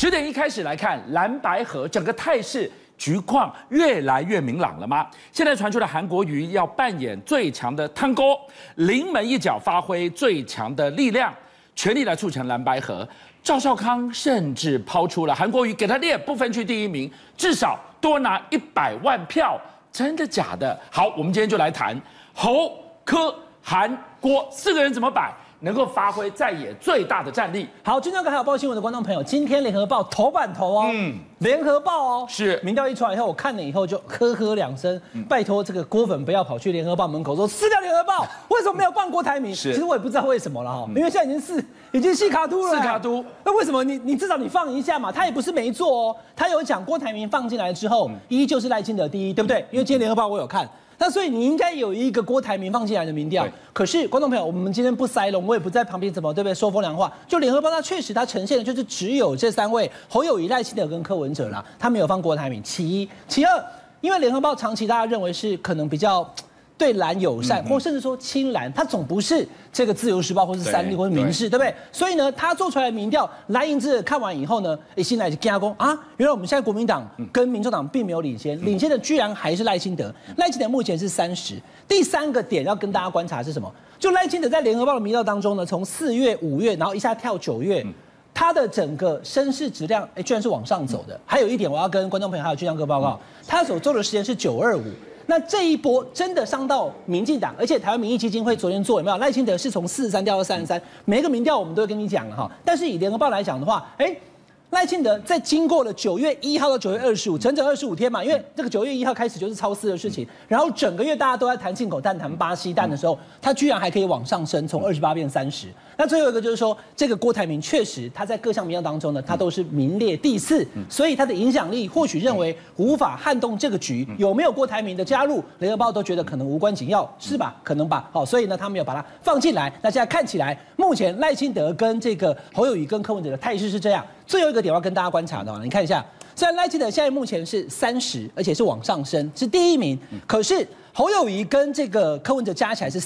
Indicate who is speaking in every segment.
Speaker 1: 10点开始来看蓝白合整个态势局况越来越明朗了吗？现在传出的韩国瑜要扮演最强的汤锅，临门一脚发挥最强的力量，全力来促成蓝白合。赵少康甚至抛出了韩国瑜给他列不分区第1名，至少多拿100万票，真的假的？好，我们今天就来谈侯、柯、韩、郭4个人怎么摆，能够发挥在野最大的战力。
Speaker 2: 好，今天还有报新闻的观众朋友，今天联合报头版头哦，联合报哦，
Speaker 1: 是
Speaker 2: 民调一出来以后，我看了以后就呵呵2声，拜托这个郭粉不要跑去联合报门口说撕掉联合报，为什么没有放郭台铭？其实我也不知道为什么了哈，因为现在已经细卡都了，
Speaker 1: 细卡都，
Speaker 2: 那为什么你至少你放一下嘛？他也不是没做哦，他有讲郭台铭放进来之后，依旧是赖清德第一，对不对？因为今天联合报我有看。那所以你应该有一个郭台铭放进来的民调，可是观众朋友，我们今天不塞龙，我也不在旁边怎么对不对说风凉话。就联合报它确实它呈现的就是只有这3位侯友宜、赖清德跟柯文哲啦，他没有放郭台铭。其一，其二，因为联合报长期大家认为是可能比较对蓝友善，或甚至说亲蓝，它总不是这个自由时报或是3立或是民视，对不对？所以呢，他做出来的民调，蓝营志看完以后呢，现在就跟他说啊，原来我们现在国民党跟民众党并没有领先，领先的居然还是赖清德。赖清德目前是30。第3个点要跟大家观察是什么？就赖清德在联合报的民调当中呢，从4月、5月，然后一下跳9月。他的整个声势质量，居然是往上走的。还有一点，我要跟观众朋友还有俊相哥报告，他所做的时间是925。那这一波真的伤到民进党，而且台湾民意基金会昨天做有没有？赖清德是从43掉到33，每一个民调我们都会跟你讲了哈。但是以联合报来讲的话，赖清德在经过了9月1号到9月25，整整25天嘛，因为这个9月1号开始就是超4的事情，然后整个月大家都在谈进口蛋、谈巴西蛋的时候，他居然还可以往上升，从28变30。那最后一个就是说，这个郭台铭确实他在各项民调当中呢，他都是名列第4，所以他的影响力或许认为无法撼动这个局。有没有郭台铭的加入，联合报都觉得可能无关紧要，是吧？可能吧。好，所以呢，他没有把它放进来。那现在看起来，目前赖清德跟这个侯友宜跟柯文哲的态势是这样。最后一个点要跟大家观察的，你看一下，虽然赖清德现在目前是30，而且是往上升，是第1名，可是侯友宜跟这个柯文哲加起来是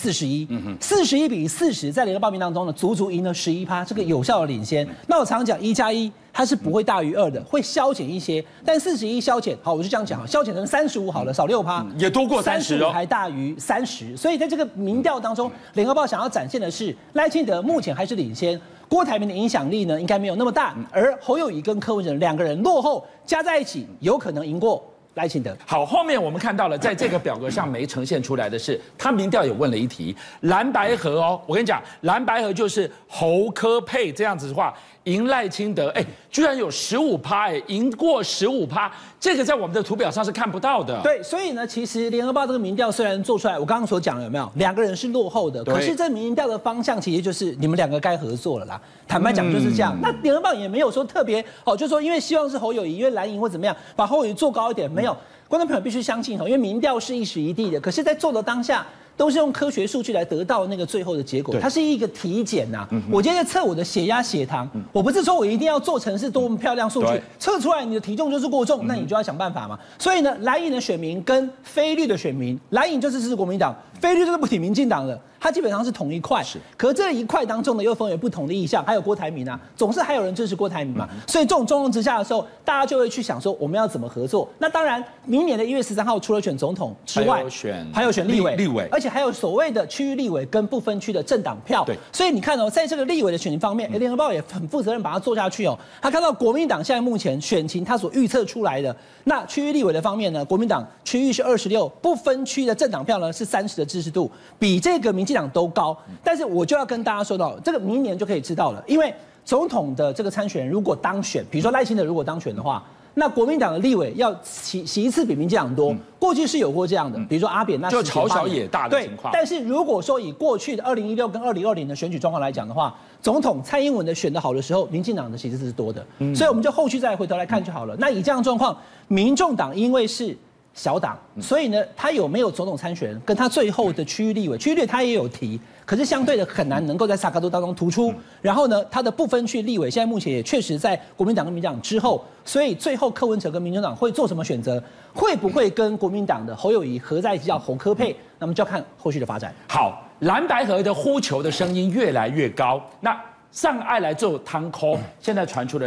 Speaker 2: 41，41比40，在联合报名当中呢，足足赢了11%，这个有效的领先。那我常讲1+1，它是不会大于2的，会消减一些，但41消减，好，我就这样讲，消减成35好了，少6%，
Speaker 1: 也多过30哦，
Speaker 2: 还大于30，所以在这个民调当中，联合报想要展现的是赖清德目前还是领先。郭台铭的影响力呢，应该没有那么大，而侯友宜跟柯文哲2个人落后，加在一起有可能赢过赖清德。
Speaker 1: 好，后面我们看到了，在这个表格上没呈现出来的是，他民调有问了一题，蓝白合哦，我跟你讲，蓝白合就是侯柯配这样子的话，赢赖清德，居然有15%，赢过15%，这个在我们的图表上是看不到的。
Speaker 2: 对，所以呢，其实联合报这个民调虽然做出来，我刚刚所讲了有没有，2个人是落后的，可是这民调的方向其实就是你们2个该合作了啦。坦白讲就是这样。那联合报也没有说特别就说因为希望是侯友宜，因为蓝营或怎么样，把侯友宜做高一点，没有。观众朋友必须相信因为民调是一时一地的，可是在做的当下。都是用科学数据来得到那个最后的结果，它是一个体检呐。我今天在测我的血压、血糖，我不是说我一定要做成是多么漂亮数据，测出来你的体重就是过重，那你就要想办法嘛。所以呢，蓝营的选民跟非绿的选民，蓝营就是支持国民党，非绿就是不挺民进党的，它基本上是同一块。可这一块当中呢，又分为不同的意向，还有郭台铭啊，总是还有人支持郭台铭嘛。所以这种状况之下的时候，大家就会去想说我们要怎么合作。那当然，明年的1月13号除了选总统之外，还有选立委，而且还有所谓的区域立委跟不分区的政党票。对，所以你看在这个立委的选情方面，联合报也很负责任把它做下去他看到国民党现在目前选情他所预测出来的，那区域立委的方面呢，国民党区域是26，不分区的政党票呢是30的支持度，比这个民进党都高。但是我就要跟大家说到，这个明年就可以知道了，因为总统的这个参选人如果当选，比如说赖清德如果当选的话。那国民党的立委要席次比民进党多，过去是有过这样的，比如说阿扁那
Speaker 1: 就朝小野大的情况。
Speaker 2: 但是如果说以过去的2016跟2020的选举状况来讲的话，总统蔡英文的选得好的时候，民进党的席次是多的，所以我们就后续再回头来看就好了。那以这样的状况，民众党因为是小党，所以呢，他有没有总统参选人，跟他最后的区域立委他也有提。可是相对的很难能够在萨卡都当中突出。然后呢，他的不分区立委现在目前也确实在国民党跟民进党之后，所以最后柯文哲跟民进党会做什么选择？会不会跟国民党的侯友宜合在一起叫侯柯配？那么就要看后续的发展。
Speaker 1: 好，蓝白合的呼求的声音越来越高。那上爱来做汤扣，现在传出的是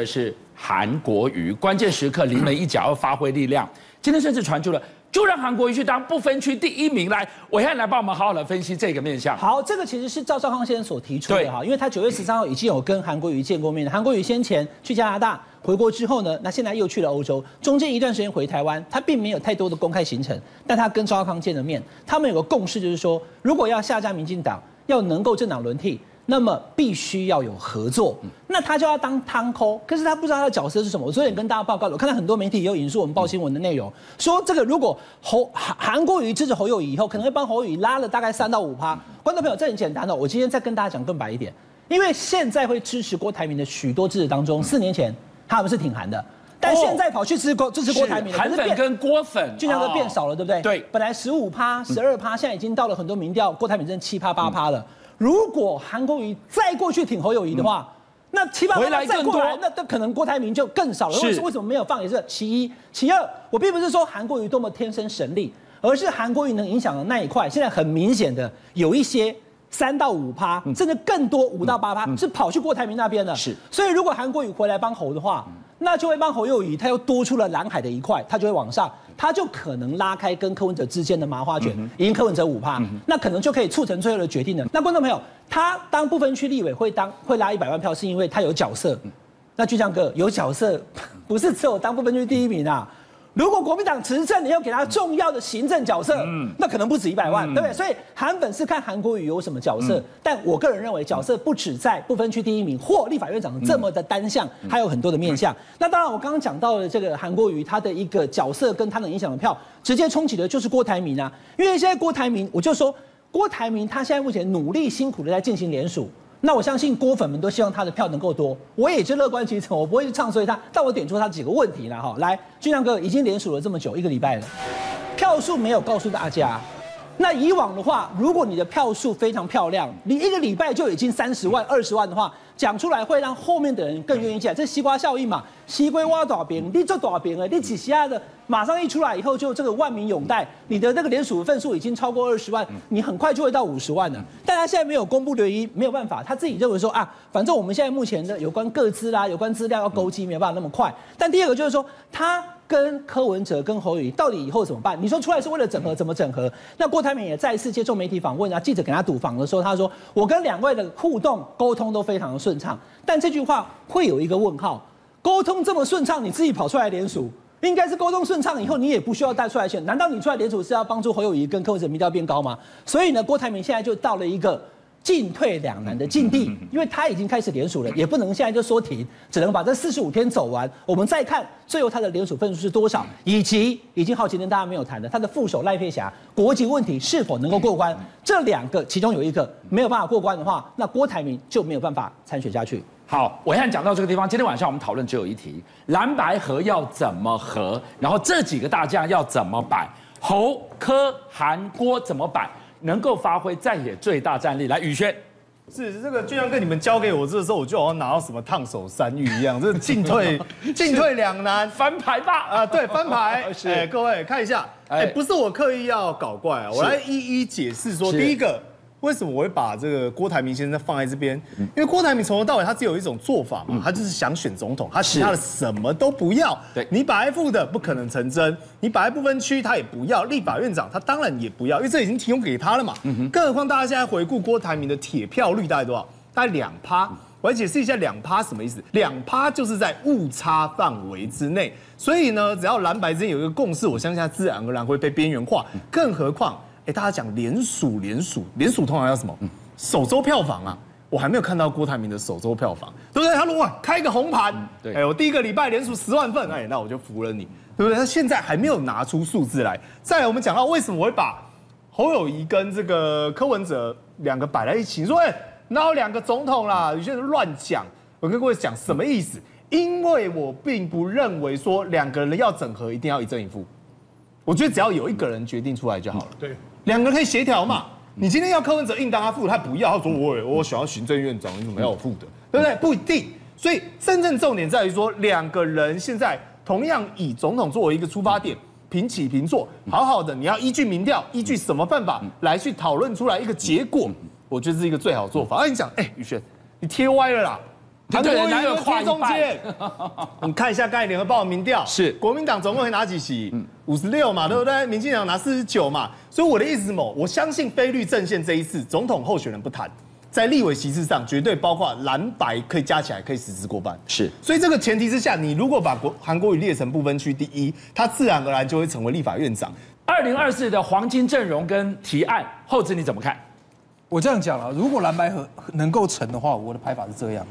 Speaker 1: 韩国瑜，关键时刻临门一脚要发挥力量。今天甚至传出了，就让韩国瑜去当不分区第1名来。暐瀚来帮我们好好的分析这个面向。
Speaker 2: 好，这个其实是赵少康先生所提出的哈，因为他9月13号已经有跟韩国瑜见过面了。韩国瑜先前去加拿大回国之后呢，那现在又去了欧洲，中间一段时间回台湾，他并没有太多的公开行程，但他跟赵少康见了面，他们有个共识，就是说，如果要下架民进党，要能够政党轮替。那么必须要有合作，那他就要当汤抠，可是他不知道他的角色是什么。我昨天也跟大家报告了，我看到很多媒体也有引述我们报新闻的内容，说这个如果韩国瑜支持侯友宜以后，可能会帮侯友宜拉了大概3到5%。观众朋友，这很简单哦，我今天再跟大家讲更白一点，因为现在会支持郭台铭的许多支持当中，4年前他们是挺韩的。但现在跑去支持郭台铭的，
Speaker 1: 韩粉跟郭粉，
Speaker 2: 俊相哥变少了，对不对？
Speaker 1: 对，
Speaker 2: 本来15%、12%，现在已经到了很多民调，郭台铭真7%、8%了。如果韩国瑜再过去挺侯友宜的话，那7%、8%再过来，那可能郭台铭就更少了。为什么没有放？也是其一，其二，我并不是说韩国瑜多么天生神力，而是韩国瑜能影响的那一块，现在很明显的有一些3到5%，甚至更多5到8%，是跑去郭台铭那边的。是，所以如果韩国瑜回来帮侯的话，那就会帮侯友宜，他又多出了蓝海的一块，他就会往上，他就可能拉开跟柯文哲之间的麻花卷，赢柯文哲5%，那可能就可以促成最后的决定了。那观众朋友，他当不分区立委会拉100万票，是因为他有角色。那俊相哥有角色，不是只有当不分区第1名啊。如果国民党执政，你要给他重要的行政角色，那可能不止100万，对不对？所以韩粉是看韩国瑜有什么角色，但我个人认为角色不止在不分区第1名或立法院长这么的单向，还有很多的面向。那当然，我刚刚讲到的这个韩国瑜他的一个角色跟他能影响的票，直接冲击的就是郭台铭啊。因为现在郭台铭，我就说郭台铭他现在目前努力辛苦的在进行联署。那我相信郭粉们都希望他的票能够多，我也就乐观其成，我不会去唱衰他，但我点出他几个问题了哈。来，俊相哥已经连署了这么久，1个礼拜了，票数没有告诉大家。那以往的话，如果你的票数非常漂亮，你1个礼拜就已经30万、20万的话，讲出来会让后面的人更愿意进来，这西瓜效应嘛。西瓜挖多少边，你做多少边了，你几下的马上一出来以后就这个万民拥戴，你的那个联署份数已经超过20万，你很快就会到50万了。但他现在没有公布原因，没有办法，他自己认为说啊，反正我们现在目前的有关个资啦、有关资料要勾稽，没有办法那么快。但第二个就是说他跟柯文哲跟侯友宜到底以后怎么办？你说出来是为了整合，怎么整合？那郭台铭也再一次接受媒体访问啊，记者给他堵访的时候，他说我跟2位的互动沟通都非常的顺畅，但这句话会有一个问号。沟通这么顺畅，你自己跑出来联署，应该是沟通顺畅以后，你也不需要带出来选。难道你出来联署是要帮助侯友宜跟柯文哲民调变高吗？所以呢，郭台铭现在就到了一个进退两难的境地，因为他已经开始联署了，也不能现在就说停，只能把这45天走完。我们再看最后他的联署分数是多少，以及已经好几天大家没有谈的他的副手赖佩霞国籍问题是否能够过关。这2个其中有一个没有办法过关的话，那郭台铭就没有办法参选下去。
Speaker 1: 好，暐瀚讲到这个地方，今天晚上我们讨论只有一题：蓝白合要怎么合，然后这几个大将要怎么摆，侯、柯、韩、郭怎么摆，能够发挥在野最大战力。来，宇轩。
Speaker 3: 是这个俊相哥，你们交给我这个时候，我就好像拿到什么烫手山芋一样，这进退两难，
Speaker 1: 翻牌吧
Speaker 3: 啊，对，翻牌。各位看一下，不是我刻意要搞怪啊，我来一一解释说，第一个。为什么我会把这个郭台铭先生放在这边？因为郭台铭从头到尾他只有一种做法嘛，他就是想选总统，他其他的什么都不要。对，你把 F 的不可能成真，你把不分区他也不要，立法院长他当然也不要，因为这已经提供给他了嘛。更何况大家现在回顾郭台铭的铁票率大概多少？大概2%。我来解释一下2%什么意思？2%就是在误差范围之内，所以呢，只要蓝白之间有一个共识，我相信它自然而然会被边缘化。更何况。大家讲联署通常要什么？首周票房啊，我还没有看到郭台铭的首周票房，对不对？他如果开一个红盘，我第1个礼拜连署10万份，那我就服了你，对不对？他现在还没有拿出数字来。再来，我们讲到为什么我会把侯友宜跟这个柯文哲2个摆在一起，说哪有2个总统啦？有些人乱讲，我跟各位讲什么意思？因为我并不认为说2个人要整合一定要一正一负，我觉得只要有1个人决定出来就好了。对。2个人可以协调嘛？你今天要柯文哲硬当他副，他不要，他说我想要行政院长，你怎么要我副的？对不对？不一定。所以真正重点在于说，2个人现在同样以总统作为一个出发点，平起平坐，好好的，你要依据民调，依据什么办法来去讨论出来一个结果？我觉得是一个最好的做法。你讲，宇轩，你贴歪了啦！ 韩国瑜就贴中间。你看一下刚才联合报的民调，
Speaker 1: 是
Speaker 3: 国民党总共会拿几席？56嘛，对不对？民进党拿49嘛。所以我的意思是什么？我相信非绿阵线这一次总统候选人不谈，在立委席次上绝对包括蓝白可以加起来可以实质过半。
Speaker 1: 是。
Speaker 3: 所以这个前提之下，你如果把韩国瑜列成不分区第一，他自然而然就会成为立法院长。
Speaker 1: 2024的黄金阵容跟提案，厚子你怎么看？
Speaker 2: 我这样讲啊，如果蓝白合能够成的话，我的排法是这样。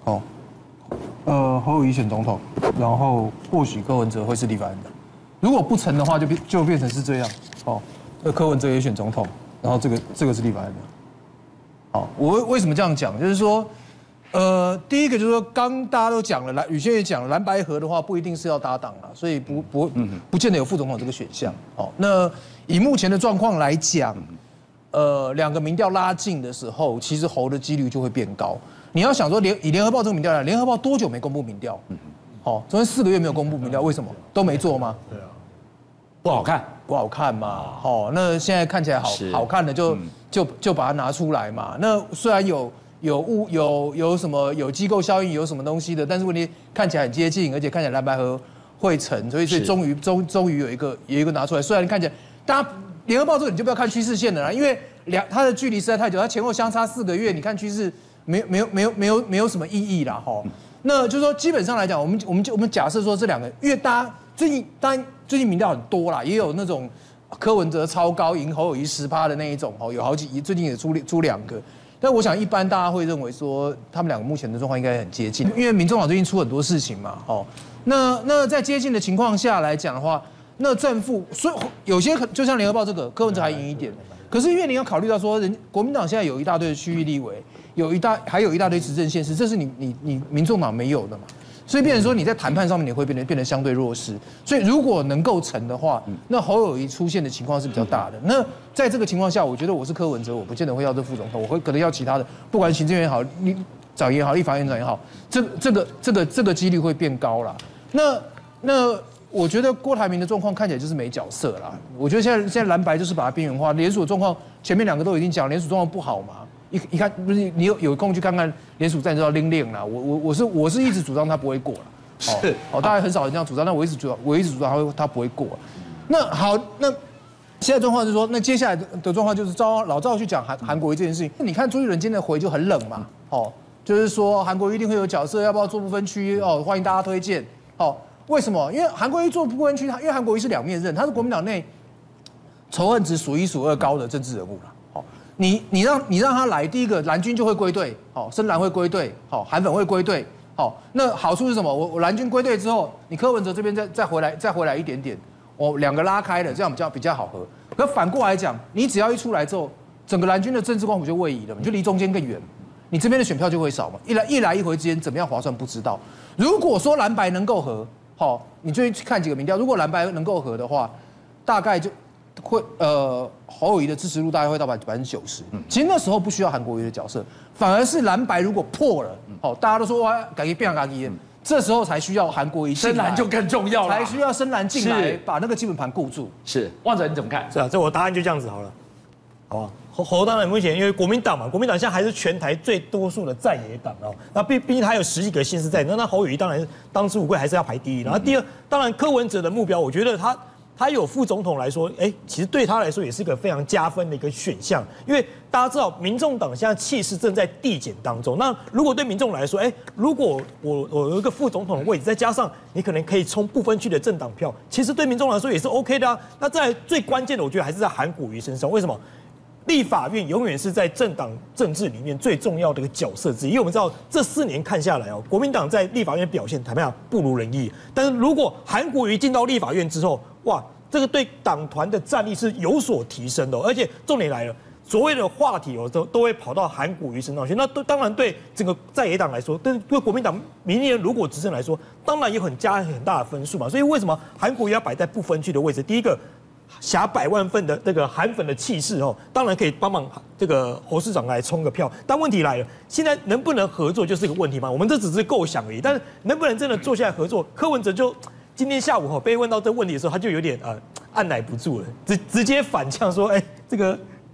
Speaker 2: 侯友宜选总统，然后或许柯文哲会是立法院长。如果不成的话，就变成是这样。柯文哲也选总统，然后这个是立法院长。我为什么这样讲？就是说，第一个就是说，刚大家都讲了，宇轩也讲了，蓝白合的话不一定是要搭档啦，所以不见得有副总统这个选项。那以目前的状况来讲，两个民调拉近的时候，其实侯的几率就会变高。你要想说以联合报这个民调来，联合报多久没公布民调？昨天4个月没有公布民调，为什么？都没做吗？
Speaker 3: 对啊，
Speaker 1: 不好看，
Speaker 2: 不好看嘛。那现在看起来好看的就把它拿出来嘛。那虽然有什么有机构效应，有什么东西的，但是问题看起来很接近，而且看起来蓝白合会成，所以终于有一个拿出来。虽然看起来大家联合报这个你就不要看趋势线了啦，因为它的距离实在太久，它前后相差4个月，你看趋势没有什么意义啦那就是说基本上来讲，我们假设说这两个，因为大家最近民调很多啦，也有那种柯文哲超高赢侯友宜10%的那一种有好几最近也出2个。但我想，一般大家会认为说，他们两个目前的状况应该很接近，因为民众党最近出很多事情嘛，那在接近的情况下来讲的话，那正负，所以有些就像联合报这个，柯文哲还赢一点，可是因为你要考虑到说，国民党现在有一大堆的区域立委，还有一大堆执政县市，这是你民众党没有的嘛。所以变成说你在谈判上面你会变得相对弱势，所以如果能够成的话，那侯友宜出现的情况是比较大的。那在这个情况下，我觉得我是柯文哲，我不见得会要这副总统，我会可能要其他的，不管行政院也好，长也好，立法院长也好，这个几率会变高啦。那我觉得郭台铭的状况看起来就是没角色啦。我觉得现在蓝白就是把它边缘化，联署状况前面2个都已经讲，联署状况不好嘛。一看不是你有空去看看联署站就要拎啦。我是一直主张他不会过了，
Speaker 1: 是
Speaker 2: 大家很少人这样主张，但我一直主张他不会过。那好，那现在状况就是说，那接下来的状况就是老赵去讲韩国瑜这件事情。你看朱立伦今天的回就很冷嘛，就是说韩国瑜一定会有角色，要不要做不分区？欢迎大家推荐。为什么？因为韩国瑜做不分区，因为韩国瑜是2面刃，他是国民党内仇恨值数1数2高的政治人物啦。你让他来，第一个蓝军就会归队，深蓝会归队，韩粉会归队，那好处是什么？我蓝军归队之后，你柯文哲这边再回来一点点，2个拉开了，这样比较好合。可反过来讲，你只要一出来之后，整个蓝军的政治光谱就位移了，你就离中间更远，你这边的选票就会少嘛。一来一回之间怎么样划算不知道。如果说蓝白能够合，你最近去看几个民调，如果蓝白能够合的话，大概就会侯友宜的支持度大概会到90%。其实那时候不需要韩国瑜的角色，反而是蓝白如果破了，大家都说哇，改变变改变，这时候才需要韩国瑜
Speaker 1: 深蓝就更重要了，
Speaker 2: 才需要深蓝进来把那个基本盘固住。
Speaker 1: 是，旺仔你怎么看？
Speaker 4: 是啊，这我答案就这样子好了，好吧？侯当然目前因为国民党嘛，国民党现在还是全台最多数的在野党那毕竟他有10几个县市在，那侯友宜当然当之无愧还是要排第一。然后第二，当然柯文哲的目标，我觉得他有副总统来说，其实对他来说也是个非常加分的一个选项，因为大家知道民众党现在气势正在递减当中。那如果对民众来说，如果我有一个副总统的位置，再加上你可能可以冲不分区的政党票，其实对民众来说也是 OK 的啊。那在最关键的，我觉得还是在韩国瑜身上。为什么？立法院永远是在政党政治里面最重要的一个角色之一，因为我们知道这4年看下来国民党在立法院表现坦白讲不如人意。但是如果韩国瑜进到立法院之后，哇，这个对党团的战力是有所提升的，而且重点来了，所谓的话题都会跑到韩国瑜身上去。那当然对整个在野党来说，对国民党明年如果执政来说，当然也加很大的分数嘛。所以为什么韩国瑜要摆在不分区的位置？第一个，挟100万份的这个韩粉的气势当然可以帮忙这个侯市长来冲个票。但问题来了，现在能不能合作就是一个问题嘛。我们这只是构想而已，但是能不能真的坐下来合作？柯文哲就今天下午被问到这个问题的时候，他就有点按捺不住了，直接反呛说，这个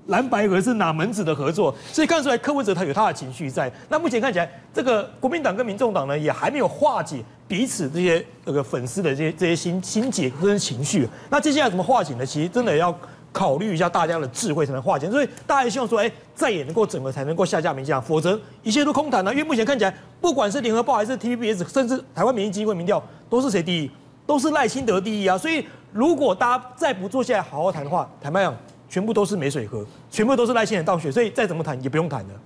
Speaker 4: 蓝白合是哪门子的合作？所以看出来柯文哲他有他的情绪在。那目前看起来，这个国民党跟民众党呢，也还没有化解彼此这些粉丝的这些心结跟情绪。那接下来怎么化解呢？其实真的要考虑一下大家的智慧才能化解。所以大家也希望说，再也能够整合才能够下架民进党，否则一切都空谈了。因为目前看起来，不管是联合报还是 TVBS， 甚至台湾民意基金会民调，都是谁第一？都是赖清德第一啊。所以如果大家再不坐下来好好谈的话，坦白讲，全部都是没水喝，全部都是赖清德倒血，所以再怎么谈也不用谈了。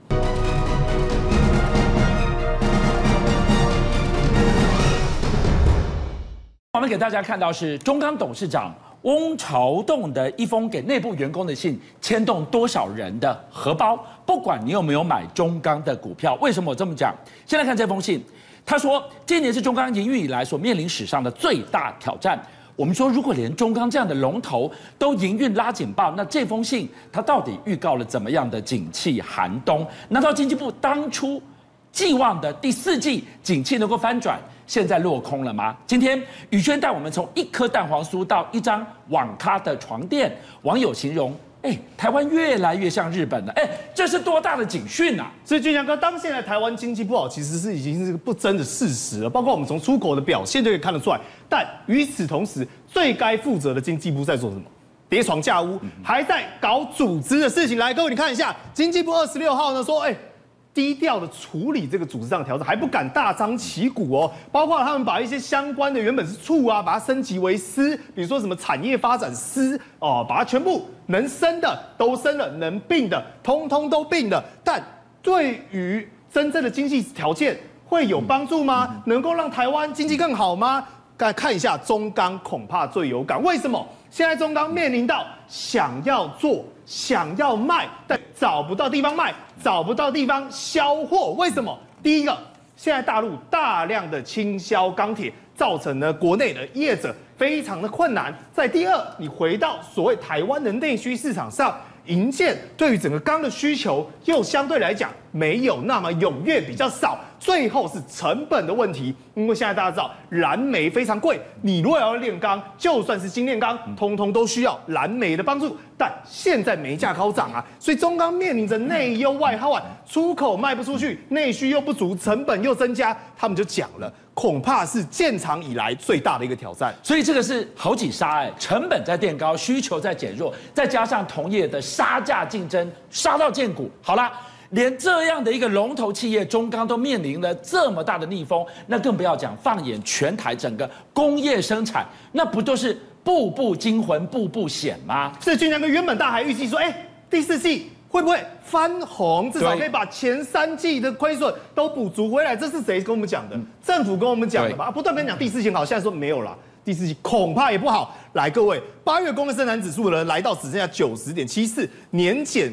Speaker 1: 我们给大家看到是中钢董事长翁朝栋的一封给内部员工的信，牵动多少人的荷包？不管你有没有买中钢的股票，为什么我这么讲？先来看这封信，他说今年是中钢营运以来所面临史上的最大挑战。我们说，如果连中钢这样的龙头都营运拉警报，那这封信它到底预告了怎么样的景气寒冬？难道经济部当初寄望的第4季景气能够翻转，现在落空了吗？今天宇轩带我们从一颗蛋黄酥到一张网咖的床垫，网友形容，台湾越来越像日本了，这是多大的警讯啊！
Speaker 3: 所以俊强哥，当现在台湾经济不好，其实是已经是个不争的事实了。包括我们从出口的表现就可以看得出来。但与此同时，最该负责的经济部在做什么？叠床架屋，还在搞组织的事情。来，各位你看一下，经济部26号呢说，低调的处理这个组织上的调整，还不敢大张旗鼓哦。包括他们把一些相关的原本是处啊，把它升级为司，比如说什么产业发展司哦，把它全部能升的都升了，能并的通通都并了。但对于真正的经济条件会有帮助吗？能够让台湾经济更好吗？大家看一下中钢，恐怕最有感。为什么？现在中钢面临到想要做、想要卖，但找不到地方卖，找不到地方销货。为什么？第一个，现在大陆大量的倾销钢铁，造成了国内的业者非常的困难。再第二，你回到所谓台湾的内需市场上，营建对于整个钢的需求又相对来讲没有那么踊跃，比较少。最后是成本的问题，因为现在大家知道燃煤非常贵，你如果要炼钢，就算是精炼钢，通通都需要燃煤的帮助。但现在煤价高涨啊，所以中钢面临着内忧外患，出口卖不出去，内需又不足，成本又增加，他们就讲了，恐怕是建厂以来最大的一个挑战。
Speaker 1: 所以这个是好几杀成本在垫高，需求在减弱，再加上同业的杀价竞争，杀到见骨。好啦。连这样的一个龙头企业中钢都面临了这么大的逆风，那更不要讲放眼全台整个工业生产，那不都是步步惊魂、步步险吗？
Speaker 3: 是俊强哥，原本大家还预计说，第4季会不会翻红，至少可以把前3季的亏损都补足回来。这是谁跟我们讲的？政府跟我们讲的吧？不断跟你讲第4季好，现在说没有了。第4季恐怕也不好。来，各位，8月工业生产指数呢，来到只剩下90.74，年减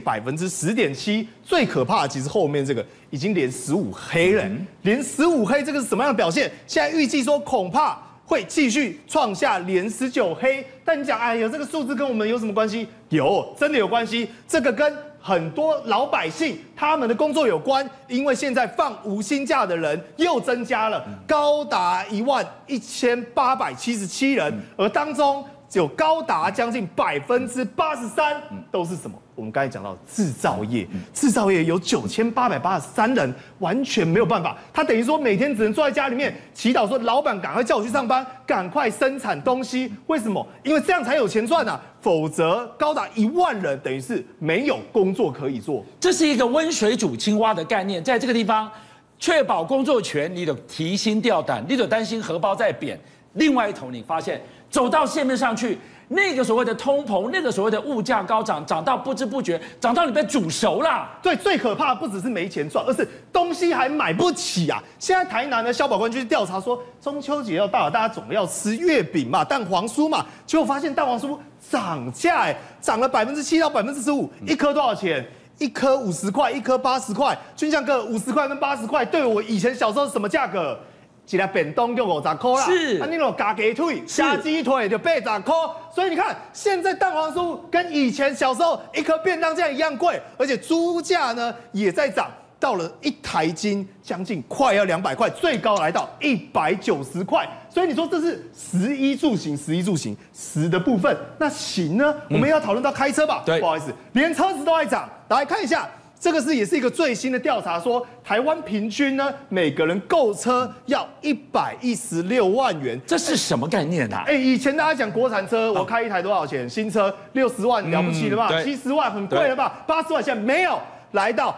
Speaker 3: 10.7%。最可怕的其实后面这个已经连15黑了，连15黑，这个是什么样的表现？现在预计说恐怕会继续创下连19黑。但你讲，哎呀，这个数字跟我们有什么关系？有，真的有关系。这个跟很多老百姓他们的工作有关，因为现在放无薪假的人又增加了，高达11877人，而当中有高达将近83%都是什么？我们刚才讲到制造业，制造业有9883人完全没有办法，他等于说每天只能坐在家里面祈祷说老板赶快叫我去上班，赶快生产东西。为什么？因为这样才有钱赚啊，否则高达1万人等于是没有工作可以做。
Speaker 1: 这是一个温水煮青蛙的概念，在这个地方确保工作权，你得提心吊胆，你得担心荷包在贬。另外一头，你发现走到线面上去，那个所谓的通膨，那个所谓的物价高涨，涨到不知不觉，涨到你被煮熟了。
Speaker 3: 对，最可怕的不只是没钱赚，而是东西还买不起啊！现在台南的消保官去调查说，中秋节要到了，大家总要吃月饼嘛、蛋黄酥嘛，结果发现蛋黄酥涨价，涨了7%到15%，一颗多少钱？一颗50块，一颗80块。军将哥，50块跟80块，对我以前小时候是什么价格？一个便当就50块啦，
Speaker 1: 是
Speaker 3: 那种咖鸡腿、虾鸡腿就80块，所以你看现在蛋黄酥跟以前小时候一颗便当价一样贵，而且猪价呢也在涨。 到了1台斤将近快要200块，最高来到190块。所以你说这是食衣住行食的部分，那行呢？我们要讨论到开车吧？
Speaker 1: 对，
Speaker 3: 不好意思，连车子都在涨。来看一下。这个也是一个最新的调查，说台湾平均呢，每个人购车要116万元，
Speaker 1: 这是什么概念啊？
Speaker 3: 以前大家讲国产车，我开一台多少钱？新车60万了不起了吧？70万很贵了吧？80万现在没有，来到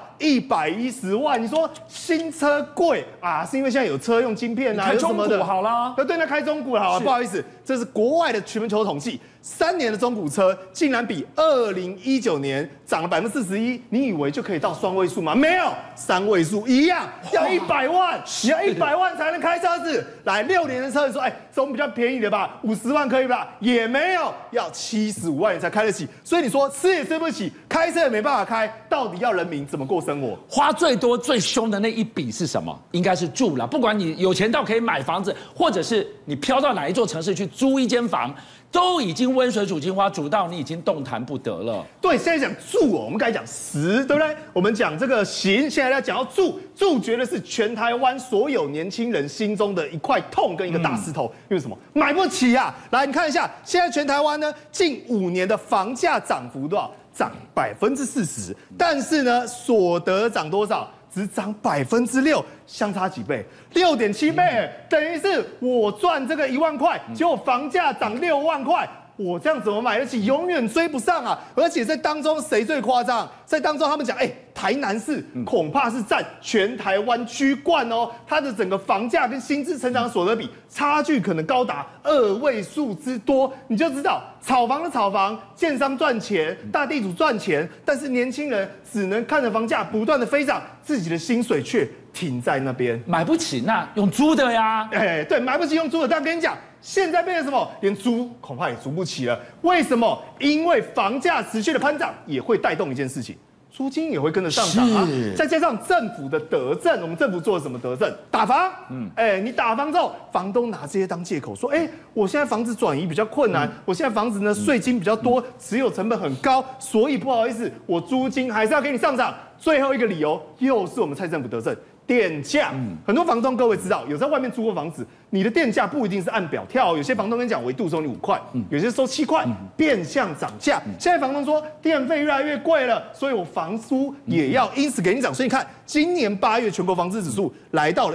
Speaker 3: 110万。你说新车贵啊，是因为现在有车用晶片啊，有什么的？
Speaker 1: 好啦，
Speaker 3: 对，那开中古好了，不好意思，这是国外的全球统计。3年的中古车竟然比2019年涨了41%，你以为就可以到双位数吗？没有，3位数一样，要100万，你要100万才能开车子。来6年的车，你说总比较便宜的吧，50万可以吧？也没有，要75万你才开得起。所以你说吃也吃不起，开车也没办法开，到底要人民怎么过生活？
Speaker 1: 花最多最凶的那一笔是什么？应该是住了，不管你有钱到可以买房子，或者是你飘到哪一座城市去租一间房。都已经温水煮青蛙，煮到你已经动弹不得了。
Speaker 3: 对，现在讲住我们刚才讲食，对不对？我们讲这个行，现在要讲到住，住绝对是全台湾所有年轻人心中的一块痛跟一个大石头。因为什么？买不起啊！来，你看一下，现在全台湾呢，近5年的房价涨幅多少？涨40%，但是呢，所得涨多少？只涨6%，相差几倍？6.7倍，等于是我赚这个1万块，结果房价涨6万块。我这样怎么买得起？永远追不上啊！而且在当中谁最夸张？在当中他们讲，台南市恐怕是占全台湾居冠哦，它的整个房价跟薪资成长所得比差距可能高达2位数之多，你就知道炒房的炒房，建商赚钱，大地主赚钱，但是年轻人只能看着房价不断的飞涨，自己的薪水却停在那边，
Speaker 1: 买不起，那用租的呀？
Speaker 3: 对，买不起用租的，但跟你讲。现在变成什么？连租恐怕也租不起了。为什么？因为房价持续的攀涨，也会带动一件事情，租金也会跟着上涨啊。再加上政府的德政，我们政府做了什么德政？打房。你打房之后，房东拿这些当借口说，我现在房子转移比较困难，我现在房子呢税金比较多，持有成本很高，所以不好意思，我租金还是要给你上涨。最后一个理由又是我们蔡政府德政。电价，很多房东各位知道，有在外面租过房子，你的电价不一定是按表跳，有些房东跟你讲，我一度收你5块，有些收7块，变相涨价。现在房东说电费越来越贵了，所以我房租也要因此给你涨。所以你看，今年8月全国房市指数来到了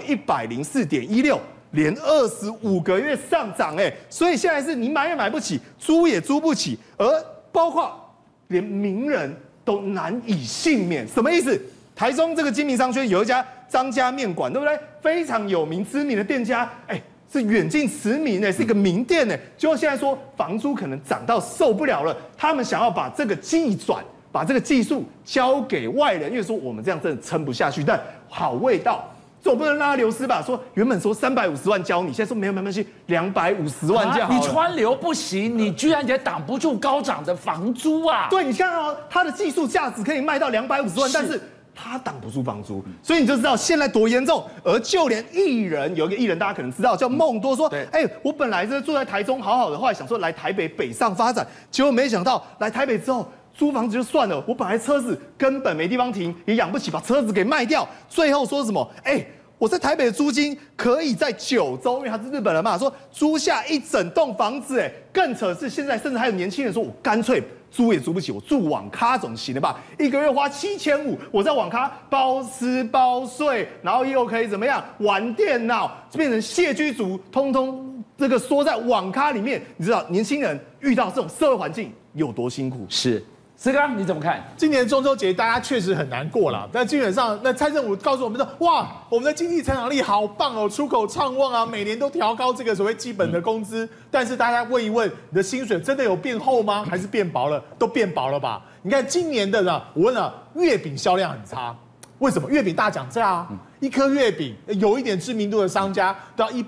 Speaker 3: 104.16，连25个月上涨，所以现在是你买也买不起，租也租不起，而包括连名人都难以幸免。什么意思？台中这个精明商圈有一家张家面馆，对不对？非常有名知名的店家，是远近驰名是一个名店结果现在说房租可能涨到受不了了，他们想要把这个把这个技术交给外人，因为说我们这样真的撑不下去，但好味道。总不能让它流失吧？说原本说350万教你，现在说没关系，250万就好了。
Speaker 1: 你川流不息，你居然也挡不住高涨的房租啊！
Speaker 3: 对，你看它的技术价值可以卖到250万，但是它挡不住房租，所以你就知道现在多严重。而就连艺人，有一个艺人大家可能知道，叫孟多，说，我本来是住在台中好好的，后来想说来台北北上发展，结果没想到来台北之后。租房子就算了，我本来车子根本没地方停，也养不起，把车子给卖掉。最后说什么？我在台北的租金可以在9州，因为他是日本人嘛，说租下一整栋房子。更扯是现在甚至还有年轻人说，我干脆租也租不起，我住网咖总行了吧？一个月花7500，我在网咖包吃包睡，然后又可以怎么样玩电脑，变成谢居族，通通这个缩在网咖里面。你知道年轻人遇到这种社会环境有多辛苦？
Speaker 1: 是。思刚，你怎么看？
Speaker 5: 今年中秋节大家确实很难过了，但基本上，那蔡政府告诉我们说，哇，我们的经济成长力好棒哦，出口畅旺啊，每年都调高这个所谓基本的工资。但是大家问一问，你的薪水真的有变厚吗？还是变薄了？都变薄了吧？你看今年的呢，我问了，月饼销量很差，为什么？月饼大涨价啊，一颗月饼有一点知名度的商家都要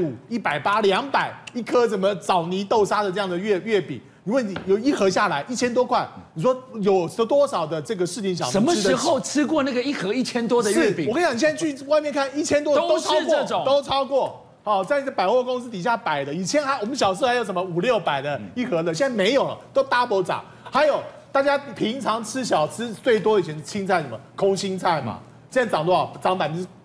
Speaker 5: 150、180、200一颗，怎么枣泥豆沙的这样的月饼？你问你有一盒下来1000多块，你说有多少的这个市井小民
Speaker 1: 什么时候吃过那个一盒1000多的月饼？
Speaker 5: 我跟你讲，你现在去外面看1000多
Speaker 1: 都是这种，
Speaker 5: 都超过。好，在这百货公司底下摆的，以前我们小时候还有什么500、600的一盒的，现在没有了，都 double 涨。还有大家平常吃小吃最多以前青菜什么空心菜嘛。 现在涨多少？涨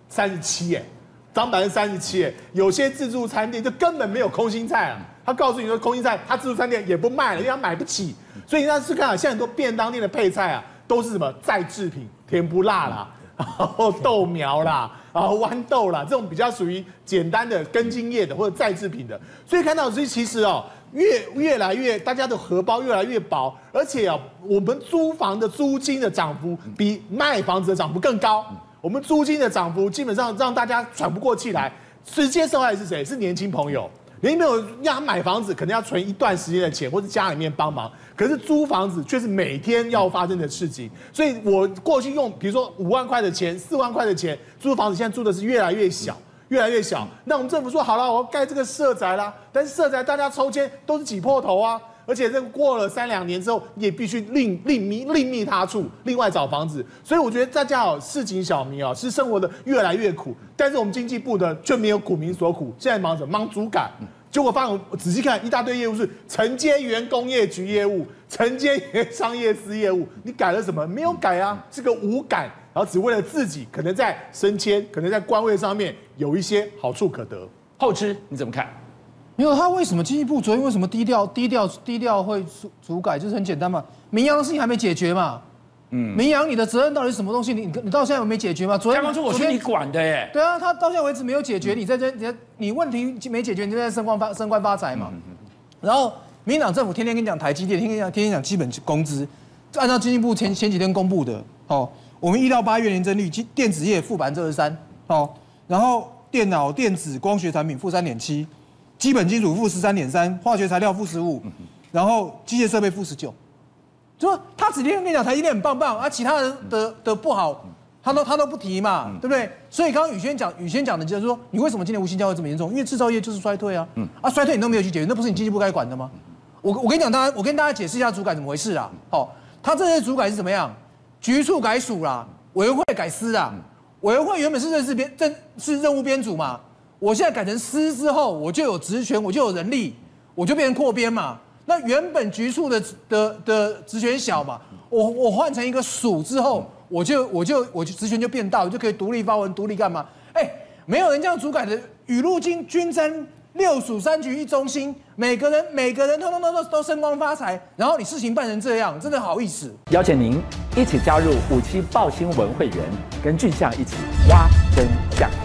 Speaker 5: 37%，涨37%，有些自助餐店就根本没有空心菜啊。他告诉你说空心菜，他自助餐店也不卖了，因为他买不起。所以你去看啊，现在很多便当店的配菜啊，都是什么再制品，甜不辣啦，然后豆苗啦，然后豌豆啦，这种比较属于简单的根茎叶的或者再制品的。所以看到其实哦，越来越大家的荷包越来越薄，而且啊，我们租房的租金的涨幅比卖房子的涨幅更高。我们租金的涨幅基本上让大家喘不过气来，直接受害是谁？是年轻朋友。年轻朋友让他买房子，可能要存一段时间的钱，或者家里面帮忙。可是租房子却是每天要发生的事情。所以我过去用，比如说5万块的钱、4万块的钱租房子，现在租的是越来越小。越来越小，那我们政府说好了，我要盖这个社宅啦，但是社宅大家抽签都是挤破头啊，而且这过了3-2年之后，你也必须另觅他处，另外找房子。所以我觉得大家市井小民是生活的越来越苦，但是我们经济部呢却没有苦民所苦，现在忙什么？忙主改。结果发现我仔细看，一大堆业务是承接原工业局业务，承接原商业司业务，你改了什么？没有改啊，是个无改。然后只为了自己，可能在升迁，可能在官位上面有一些好处可得。
Speaker 1: 后知你怎么看？
Speaker 2: 没有，他为什么经济部昨天为什么低调会主改？就是很简单嘛，民扬的事情还没解决嘛。民扬你的责任到底是什么东西？你到现在没解决吗？
Speaker 1: 加工出口是你管的耶。
Speaker 2: 对啊，他到现在为止没有解决，你问题没解决，你就在升官发财嘛。然后民进党政府天天跟你讲台积电，天天讲基本工资，按照经济部前几天公布的，我们1到8月年增率，电子业负23%，然后电脑、电子、光学产品负3.7%，基本金属负13.3%，化学材料负15%，然后机械设备负19%。就说他只天天跟你讲台积电很棒棒，其他人的不好，他都不提嘛，对不对？所以刚刚宇轩讲的就是说，你为什么今年无薪假会这么严重？因为制造业就是衰退啊，衰退你都没有去解决，那不是你经济部该管的吗？我跟你讲，我跟大家解释一下主改怎么回事啊。他这些主改是怎么样？局处改署啦，委员会改司啦。委员会原本是任务编组嘛，我现在改成司之后，我就有职权，我就有人力，我就变成扩编嘛。那原本局处的职权小嘛，我换成一个署之后，我就职权就变大，我就可以独立发文、独立干嘛？没有人这样主改的，雨露均沾。6署3局1中心，每个人通通都升官发财，然后你事情办成这样，真的好意思？
Speaker 6: 邀请您一起加入57爆新闻会员，跟俊相一起挖真相。